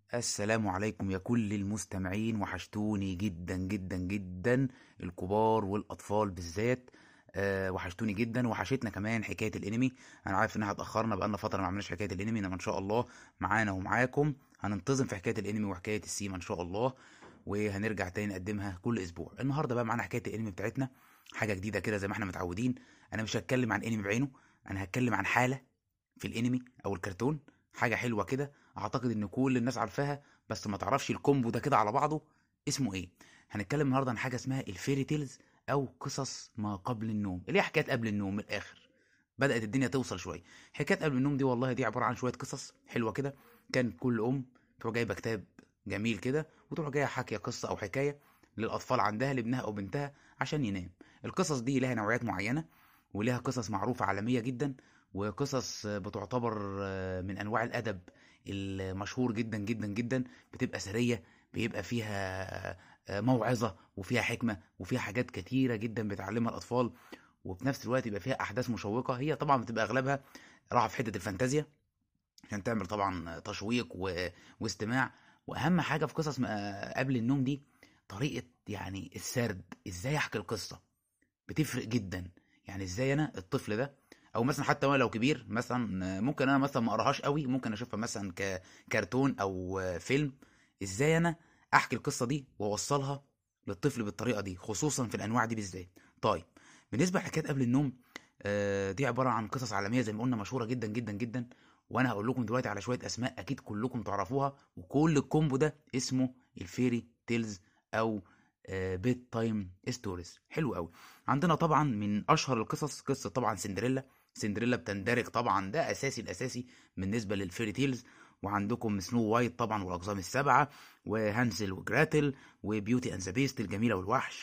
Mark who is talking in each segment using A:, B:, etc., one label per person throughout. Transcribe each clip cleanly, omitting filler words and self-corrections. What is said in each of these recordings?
A: السلام عليكم يا كل المستمعين، وحشتوني جدا جدا جدا، الكبار والاطفال بالذات. وحشتوني جدا، وحشتنا كمان حكايه الانمي. انا عارف انها اتاخرنا، بقالنا فتره ما عملناش حكايه الانمي، انما ان شاء الله معانا ومعاكم هننتظم في حكايه الانمي وحكايه السيما ان شاء الله، وهنرجع تاني نقدمها كل اسبوع. النهارده بقى معانا حكايه الانمي بتاعتنا، حاجه جديده كده زي ما احنا متعودين. انا مش هتكلم عن انمي بعينه، انا هتكلم عن حاله في الانمي او الكرتون، حاجه حلوه كده اعتقد ان كل الناس عارفاها، بس ما تعرفش الكومبو ده كده على بعضه اسمه ايه. هنتكلم النهارده عن حاجه اسمها الفيري تيلز، او قصص ما قبل النوم، اللي هي حكايات قبل النوم من الاخر. بدات الدنيا توصل شويه. حكايات قبل النوم دي والله دي عباره عن شويه قصص حلوه كده. كان كل تروح جايبه كتاب جميل كده، وتروح جايه حاكيه قصه او حكايه للاطفال عندها، لابنها او بنتها عشان ينام. القصص دي لها نوعيات معينه، ولها قصص معروفه عالميه جدا، وقصص بتعتبر من انواع الادب المشهور جدا جدا جدا. بتبقى سريه، بيبقى فيها موعظه وفيها حكمه وفيها حاجات كتيره جدا بتعلمها الاطفال، وفي نفس الوقت يبقى فيها احداث مشوقه. هي طبعا بتبقى اغلبها راحه في حته الفانتازيا، عشان تعمل طبعا تشويق واستماع. واهم حاجه في قصص قبل النوم دي طريقه، يعني السرد، ازاي احكي القصه بتفرق جدا. يعني ازاي انا الطفل ده، او مثلا حتى وانا لو كبير مثلا، ممكن انا مثلا ما اقراهاش قوي، ممكن اشوفها مثلا ككرتون او فيلم، ازاي انا احكي القصه دي واوصلها للطفل بالطريقه دي، خصوصا في الانواع دي بالذات. طيب، بالنسبه لحكايات قبل النوم، دي عباره عن قصص عالميه زي ما قلنا، مشهوره جدا جدا جدا. وانا هقول لكم دلوقتي على شويه اسماء اكيد كلكم تعرفوها، وكل الكومبو ده اسمه الفيري تيلز، او بيت تايم ستوريز. حلو قوي. عندنا طبعا من اشهر القصص قصه طبعا سندريلا. سندريلا بتندرج طبعا، ده اساسي الاساسي بالنسبه للفيري تيلز. وعندكم سنو وايت طبعا والاقزام السبعه، وهانسل وجراتل، وبيوتي اند ذا بيست الجميله والوحش،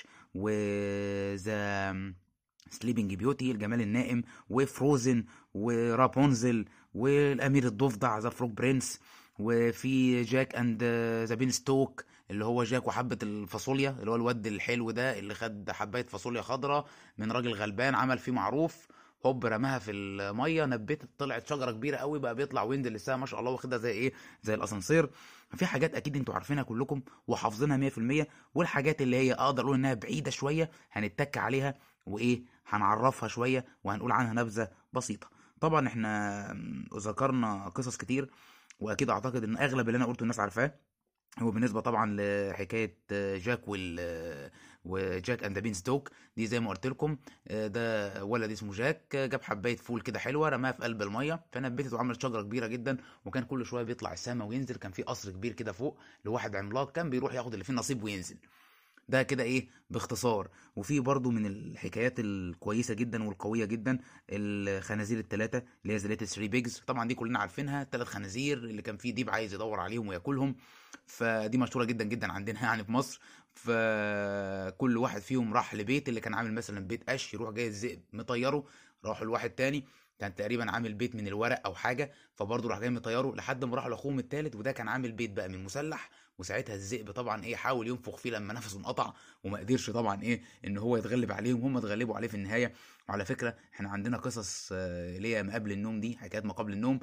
A: وذا سليبنج بيوتي الجمال النائم، وفروزن، ورابونزل، والامير الضفدع ذا فروج برنس، وفي جاك اند ذا بين ستوك اللي هو جاك وحبة الفاصوليا، اللي هو الواد الحلو ده اللي خد حباية فاصوليا خضراء من راجل غلبان عمل فيه معروف، هوب رماها في الميه، نبتت طلعت شجره كبيره قوي، بقى بيطلع ويند لسه ما شاء الله، واخدها زي ايه، زي الاسانسير. في حاجات اكيد انتوا عارفينها كلكم وحافظينها 100%، والحاجات اللي هي اقدر اقول انها بعيده شويه هنتك عليها، وايه، هنعرفها شويه وهنقول عنها نبذه بسيطه. طبعا احنا ذكرنا قصص كتير، واكيد اعتقد ان اغلب اللي انا قلته الناس عارفاه. هو بالنسبه طبعا لحكايه جاك وجاك اند ذا بين ستوك دي، زي ما قلت لكم، ده ولد اسمه جاك، جاب حبايه فول كده حلوه رماها في قلب الميه، فنبتت وعملت شجره كبيره جدا، وكان كل شويه بيطلع السما وينزل. كان في قصر كبير كده فوق لواحد عملاق، كان بيروح ياخد اللي فيه نصيب وينزل. ده كده ايه باختصار. وفي برضو من الحكايات الكويسه جدا والقويه جدا الخنازير الثلاثه، اللي هي زلات 3 بيجز. طبعا دي كلنا عارفينها، ثلاث خنازير اللي كان فيه ديب عايز يدور عليهم وياكلهم، فدي مشهوره جدا جدا عندنا يعني في مصر. فكل واحد فيهم راح لبيت، اللي كان عامل مثلا بيت قش، يروح جاي الذئب مطيره. راحوا لواحد تاني كان تقريبا عامل بيت من الورق او حاجه، فبرضه راح جاي مطيره، لحد ما راحوا لاخوهم التالت، وده كان عامل بيت بقى من مسلح. وساعتها الذئب طبعا ايه حاول ينفخ فيه لما نفسه انقطع، وما قدرش طبعا ايه ان هو يتغلب عليهم، هم اتغلبوا عليه في النهايه. وعلى فكره احنا عندنا قصص اللي هي ما قبل النوم دي، حكايات ما قبل النوم،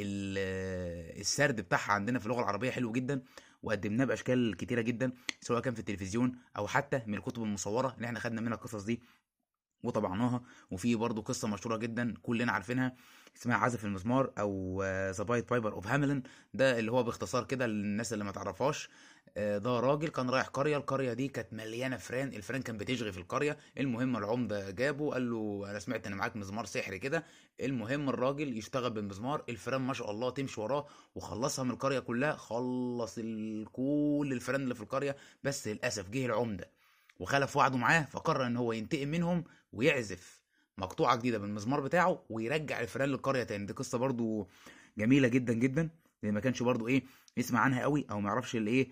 A: السرد بتاعها عندنا في اللغه العربيه حلو جدا، وقدمناه باشكال كتيره جدا، سواء كان في التلفزيون او حتى من الكتب المصوره اللي احنا خدنا منها القصص دي وطبعناها. وفي برضه قصه مشهوره جدا كلنا عارفينها، اسمها عازف المزمار، او ذا بايت بايبر اوف هاملين. ده اللي هو باختصار كده للناس اللي ما تعرفهاش، ده راجل كان رايح قريه، القريه دي كانت مليانه فران، الفران كان بتشغي في القريه. المهم العمده جابه قال له انا سمعت ان معاك مزمار سحري كده. المهم الراجل يشتغل بالمزمار، الفران ما شاء الله تمشي وراه، وخلصها من القريه كلها، خلص كل الفران اللي في القريه. بس للاسف جه العمده وخلف وعده معاه، فقرر ان هو ينتقم منهم ويعزف مقطوعه جديده بالمزمار بتاعه ويرجع الفئران للقريه تاني. دي قصه برضو جميله جدا جدا، اللي ما كانش برضو ايه يسمع عنها قوي او ما يعرفش الايه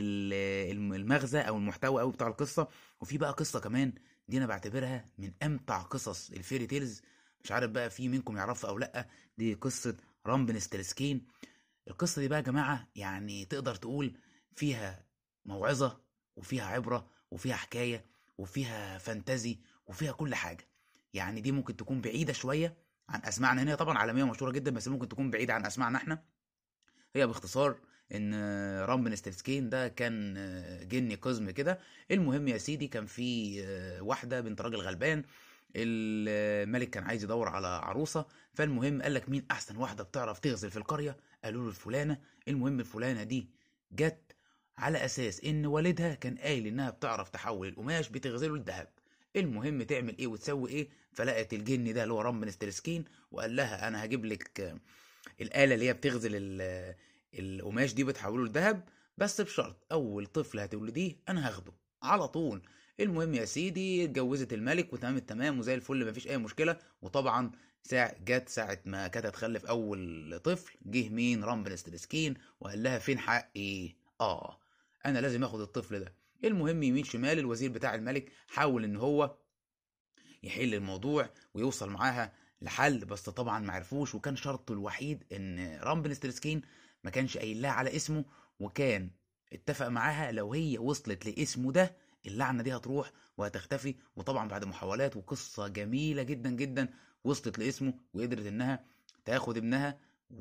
A: المغزى او المحتوى قوي بتاع القصه. وفي بقى قصه كمان، دي انا بعتبرها من امتع قصص الفيري تيلز، مش عارف بقى في منكم يعرفها او لا. دي قصه رامبن ستيلسكين. القصه دي بقى يا جماعه يعني تقدر تقول فيها موعظه، وفيها عبره، وفيها حكايه، وفيها فانتازي، وفيها كل حاجه. يعني دي ممكن تكون بعيده شويه عن اسماعنا هنا، طبعا عالميه مشهوره جدا، بس ممكن تكون بعيده عن اسماعنا احنا. هي باختصار ان رامبن ستيلسكين ده كان جني قزم كده. المهم يا سيدي كان في واحده بنت راجل غلبان، الملك كان عايز يدور على عروسه، فالمهم قال لك مين احسن واحده بتعرف تغزل في القريه؟ قالوا له الفلانه. المهم الفلانه دي جت على اساس ان والدها كان قايل انها بتعرف تحول القماش بتغزله لذهب. المهم تعمل ايه وتسوي ايه؟ فلقت الجن ده اللي هو رامبن ستيلسكين وقال لها انا هجيب لك الآلة اللي هي بتغزل القماش دي بتحوله لذهب، بس بشرط أول طفل هتولديه أنا هاخده على طول. المهم يا سيدي اتجوزت الملك وتمام التمام وزي الفل مفيش أي مشكلة. وطبعا جت ساعة ما كانت هتخلف أول طفل، جه مين؟ رامبن ستريسكين، وقال لها فين حقي؟ أنا لازم آخد الطفل ده. المهم يمين شمال الوزير بتاع الملك حاول إن هو يحل الموضوع ويوصل معاها لحل، بس طبعا ما عرفوش، وكان شرطه الوحيد ان رامبن ستريسكين ما كانش قايل لها على اسمه، وكان اتفق معاها لو هي وصلت لاسمه ده اللعنه دي هتروح وهتختفي. وطبعا بعد محاولات وقصه جميله جدا جدا وصلت لاسمه وقدرت انها تاخد ابنها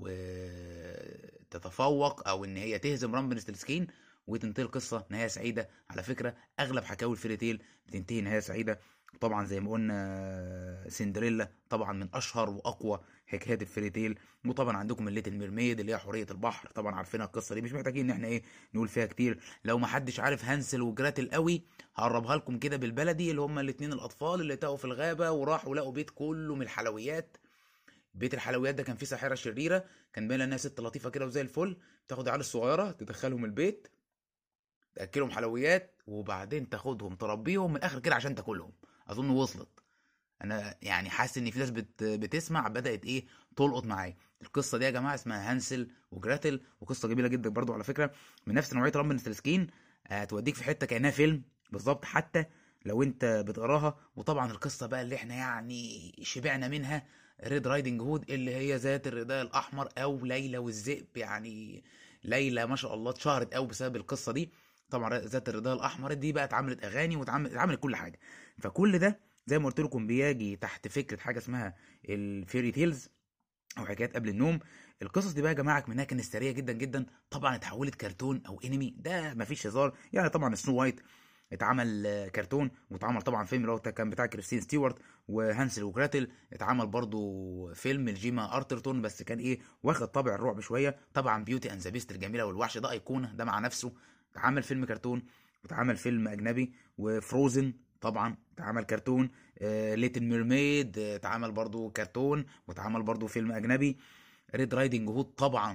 A: وتتفوق او ان هي تهزم رامبن ستريسكين وتنتهي القصه نهايه سعيده. على فكره اغلب حكاوي الفيري تيل بتنتهي نهايه سعيده. طبعا زي ما قلنا سندريلا طبعا من اشهر واقوى حكايات الفيري تيل. وطبعا عندكم الليتل ميرميد اللي هي حوريه البحر، طبعا عارفينها القصه دي مش محتاجين ان احنا نقول فيها كتير. لو ما حدش عارف هانسل وجراتل قوي هقربها لكم كده بالبلدي، اللي هم الاتنين الاطفال اللي تاهوا في الغابه وراحوا لقوا بيت كله من الحلويات. بيت الحلويات ده كان فيه ساحره شريره، كان باين انها ست لطيفه كده وزي الفل، تاخد العيال الصغيره تدخلهم البيت تاكلهم حلويات وبعدين تاخدهم تربيهم من الاخر كده عشان تاكلهم. اظن وصلت. انا يعني حاسس ان في ناس بتسمع بدات تلقط معايا. القصه دي يا جماعه اسمها هانسل وجراتل، وقصه جميله جدا برضو على فكره من نفس نوعيه رامبن ستريسكين. هتوديك في حته كانها فيلم بالظبط حتى لو انت بتقراها. وطبعا القصه بقى اللي احنا يعني شبعنا منها، ريد رايدنج هود اللي هي ذات الرداء الاحمر او ليلى والذئب. يعني ليلى ما شاء الله اتشهرت قوي بسبب القصه دي. طبعا ذات الرداء الاحمر دي بقى اتعملت اغاني واتعملت كل حاجه. فكل ده زي ما قلت لكم بيجي تحت فكره حاجه اسمها الفيري تيلز او حكايات قبل النوم. القصص دي بقى يا جماعه منها كانت سريعه جدا جدا، طبعا اتحولت كرتون او انمي ده مفيش هزار. يعني طبعا سنو وايت اتعمل كرتون، واتعمل طبعا فيلم اللي هو كان بتاع كريستين ستيوارت وهانسل وجراتل. اتعمل برضو فيلم الجيما ارترتون بس كان واخد طابع الرعب شويه. طبعا بيوتي اند ذا بيست الجميله والوحش ده ايقونه ده مع نفسه، اتعمل فيلم كرتون واتعمل فيلم اجنبي. وفروزن طبعا اتعمل كرتون. ليتل ميرميد اتعمل برضو كرتون واتعمل برضو فيلم اجنبي. ريد رايدنج هود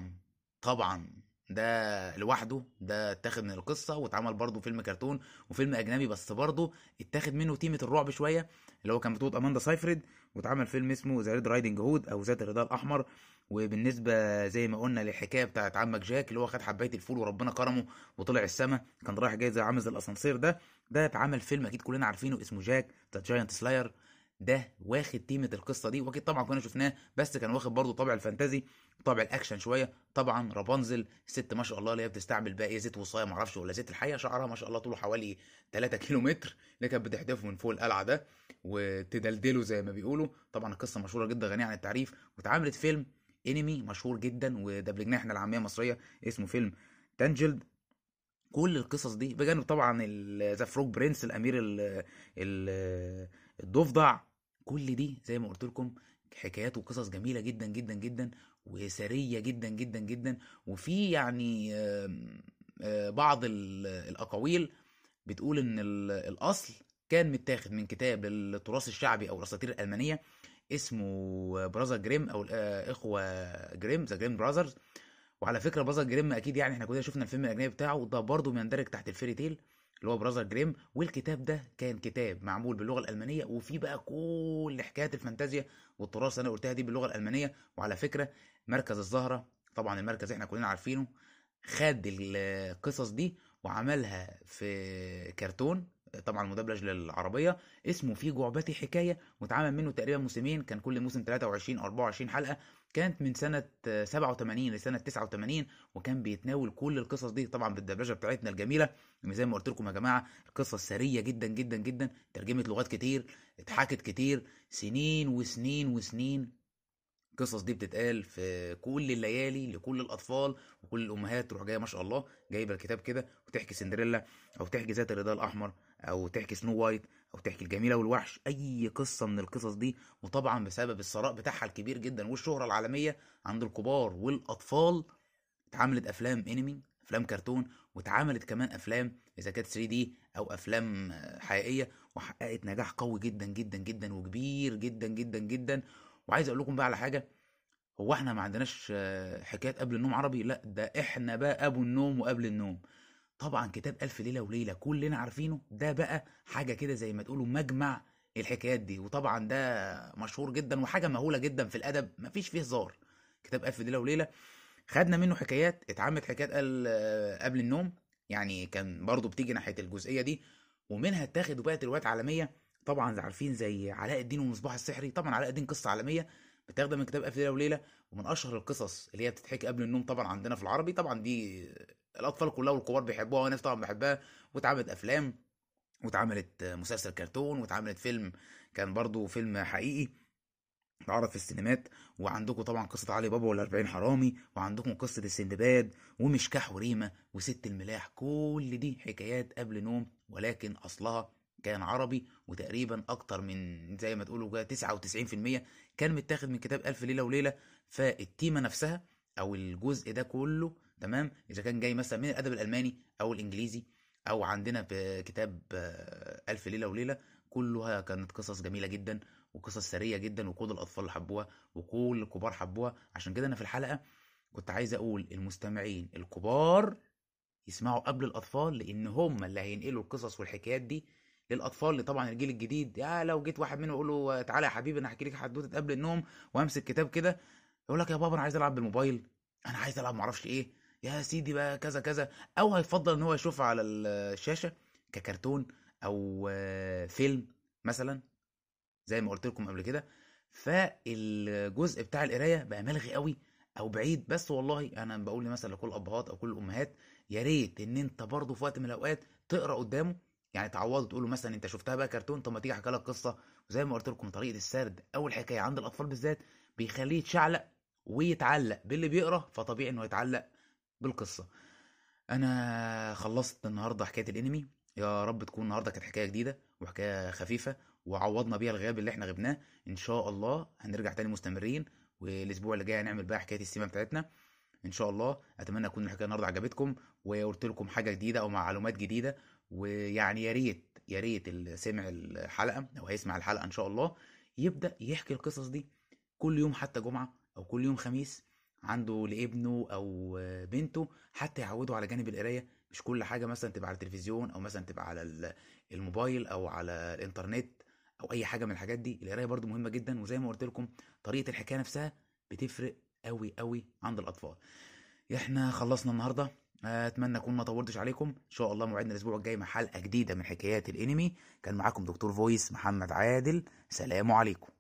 A: طبعا ده لوحده ده اتاخد من القصه واتعمل برضه فيلم كرتون وفيلم اجنبي، بس برضه اتاخد منه تيمه الرعب شويه اللي هو كان بطوله اماندا سايفريد، واتعمل فيلم اسمه ذا ريد رايدنج هود او ذات الرداء الاحمر. وبالنسبه زي ما قلنا للحكايه بتاعت عمك جاك اللي هو خد حبايه الفول وربنا كرمه وطلع السما، كان رايح جاي زي عامل زي الاسانسير ده اتعمل فيلم اكيد كلنا عارفينه اسمه جاك ذا جاينت سلاير. ده واخد تيمة القصة دي واكيد طبعا كنا شفناه، بس كان واخد برضه طابع الفانتازي وطابع الاكشن شوية. طبعا رابنزل ست ما شاء الله اللي هي بتستعمل بقى زيت وصايه معرفش ولا زيت الحقيقة، شعرها ما شاء الله طوله حوالي 3 كيلو متر اللي كانت بتحدفه من فوق القلعة ده وتدلدله زي ما بيقولوا. طبعا القصة مشهورة جدا غنية عن التعريف، واتعملت فيلم انمي مشهور جدا ودبلجناه احنا العامية المصرية اسمه فيلم تانجلد. كل القصص دي بجانب طبعا ذا فروج برنس الامير الضفدع. كل دي زي ما قلت لكم حكايات وقصص جميله جدا جدا جدا وسريه جدا جدا جدا. وفي يعني بعض الاقاويل بتقول ان الاصل كان متاخد من كتاب للتراث الشعبي او الاساطير الالمانيه اسمه براذر جريم او اخوه جريم ذا جريم براذرز. وعلى فكره براذر جريم اكيد يعني احنا كلنا شفنا الفيلم الاجنبي بتاعه ده برضه بيندرج تحت الفيري تيل اللي هو براذر جريم. والكتاب ده كان كتاب معمول باللغه الالمانيه وفيه بقى كل حكايات الفانتازيا والتراث اللي انا قلتها دي باللغه الالمانيه. وعلى فكره مركز الزهره طبعا المركز احنا كلنا عارفينه خد القصص دي وعملها في كرتون طبعا مدبلج للعربيه اسمه في جعبتي حكايه، واتعمل منه تقريبا موسمين، كان كل موسم 23 او 24 حلقه. كانت من سنه 87 لسنه 89 وكان بيتناول كل القصص دي طبعا بالدبلجه بتاعتنا الجميله. زي ما قلت لكم يا جماعه القصه سريه جدا جدا جدا، ترجمه لغات كتير، اتحكت كتير، سنين وسنين وسنين القصص دي بتتقال في كل الليالي لكل الاطفال، وكل الامهات تروح جايه ما شاء الله جايبه الكتاب كده وتحكي سندريلا، او تحكي ذات الرداء الاحمر، او تحكي سنو وايت، او تحكي الجميله والوحش، اي قصه من القصص دي. وطبعا بسبب الثراء بتاعها الكبير جدا والشهره العالميه عند الكبار والاطفال، اتعملت افلام انمي، افلام كرتون، واتعملت كمان افلام اذا كانت 3 دي او افلام حقيقيه، وحققت نجاح قوي جدا جدا جدا وكبير جدا جدا جدا. وعايز اقول لكم بقى على حاجه، هو احنا ما عندناش حكايات قبل النوم عربي؟ لا، ده احنا بقى ابو النوم وقبل النوم. طبعا كتاب الف ليله وليله كلنا عارفينه، ده بقى حاجه كده زي ما تقولوا مجمع الحكايات دي، وطبعا ده مشهور جدا وحاجه مهوله جدا في الادب، مفيش فيه هزار. كتاب الف ليله وليله خدنا منه حكايات، اتعملت حكايات قبل النوم، يعني كان برضو بتيجي ناحيه الجزئيه دي، ومنها اتاخد وبقت روايات عالميه. طبعا عارفين زي علاء الدين والمصباح السحري، طبعا علاء الدين قصه عالميه بتاخد من كتاب الف ليله وليله. ومن اشهر القصص اللي هي بتتحكي قبل النوم طبعا عندنا في العربي، طبعا دي الاطفال كلها والكبار بيحبوها، والناس طبعا بحبها، واتعملت افلام، واتعملت مسلسل كرتون، واتعملت فيلم كان برضو فيلم حقيقي اتعرض في السينمات. وعندكم طبعا قصة علي بابا والأربعين حرامي، وعندكم قصة السندباد ومشكاح وريمة وست الملاح، كل دي حكايات قبل نوم، ولكن أصلها كان عربي، وتقريبا أكتر من زي ما تقولوا كده 99% كان متاخد من كتاب ألف ليلة وليلة. فالتيمة نفسها أو الجزء ده كله تمام، إذا كان جاي مثلا من الأدب الألماني أو الإنجليزي، أو عندنا بكتاب ألف ليلة وليلة، كلها كانت قصص جميلة جدا وقصص سرية جدا، وكل الأطفال حبوها وكل الكبار حبوها. عشان كده أنا في الحلقة كنت عايز أقول المستمعين الكبار يسمعوا قبل الأطفال، لأن هم اللي هينقلوا القصص والحكايات دي للأطفال، اللي طبعا الجيل الجديد. يا لو جيت واحد منهم يقول له تعالى يا حبيبي أنا هحكي لك حدوتة قبل النوم، وأمسك كتاب كده يقول لك يا بابا أنا عايز ألعب بالموبايل، أنا عايز ألعب معرفش إيه، يا سيدي بقى كذا كذا. أو هيفضل إن هو يشوفها على الشاشة ككرتون أو فيلم مثلا، زي ما قلت لكم قبل كده. فالجزء بتاع القرايه بقى ملغي قوي او بعيد. بس والله انا بقول مثلا لكل الابهات او كل الامهات، يا ريت ان انت برضه في وقت من الاوقات تقرا قدامه، يعني تعوضه تقول له مثلا انت شفتها بقى كرتون، طب ما تيجي احكي لك قصه. وزي ما قلت لكم طريقه السرد او الحكايه عند الاطفال بالذات بيخليه يتشعلق ويتعلق باللي بيقرا، فطبيعي انه يتعلق بالقصه. انا خلصت النهارده حكايه الانمي، يا رب تكون النهارده كانت حكايه جديده وحكايه خفيفه، وعوضنا بيها الغياب اللي احنا غبناه. ان شاء الله هنرجع تاني مستمرين، والاسبوع اللي جاي هنعمل بقى حكايه السيما بتاعتنا ان شاء الله. اتمنى تكون الحكايه النهارده عجبتكم، وقلت لكم حاجه جديده او معلومات جديده. ويعني يا ريت يا ريت اللي سمع الحلقه او هيسمع الحلقه ان شاء الله يبدا يحكي القصص دي كل يوم، حتى جمعه او كل يوم خميس، عنده لابنه او بنته، حتى يعودوا على جانب القرايه. مش كل حاجه مثلا تبقى على التلفزيون، او مثلا تبقى على الموبايل او على الانترنت او اي حاجه من الحاجات دي. القرايه برضو مهمه جدا، وزي ما قلت لكم طريقه الحكايه نفسها بتفرق قوي قوي عند الاطفال. احنا خلصنا النهارده، اتمنى اكون ما طولتش عليكم. ان شاء الله موعدنا الاسبوع الجاي مع حلقه جديده من حكايات الانمي. كان معاكم دكتور فويس محمد عادل، سلام عليكم.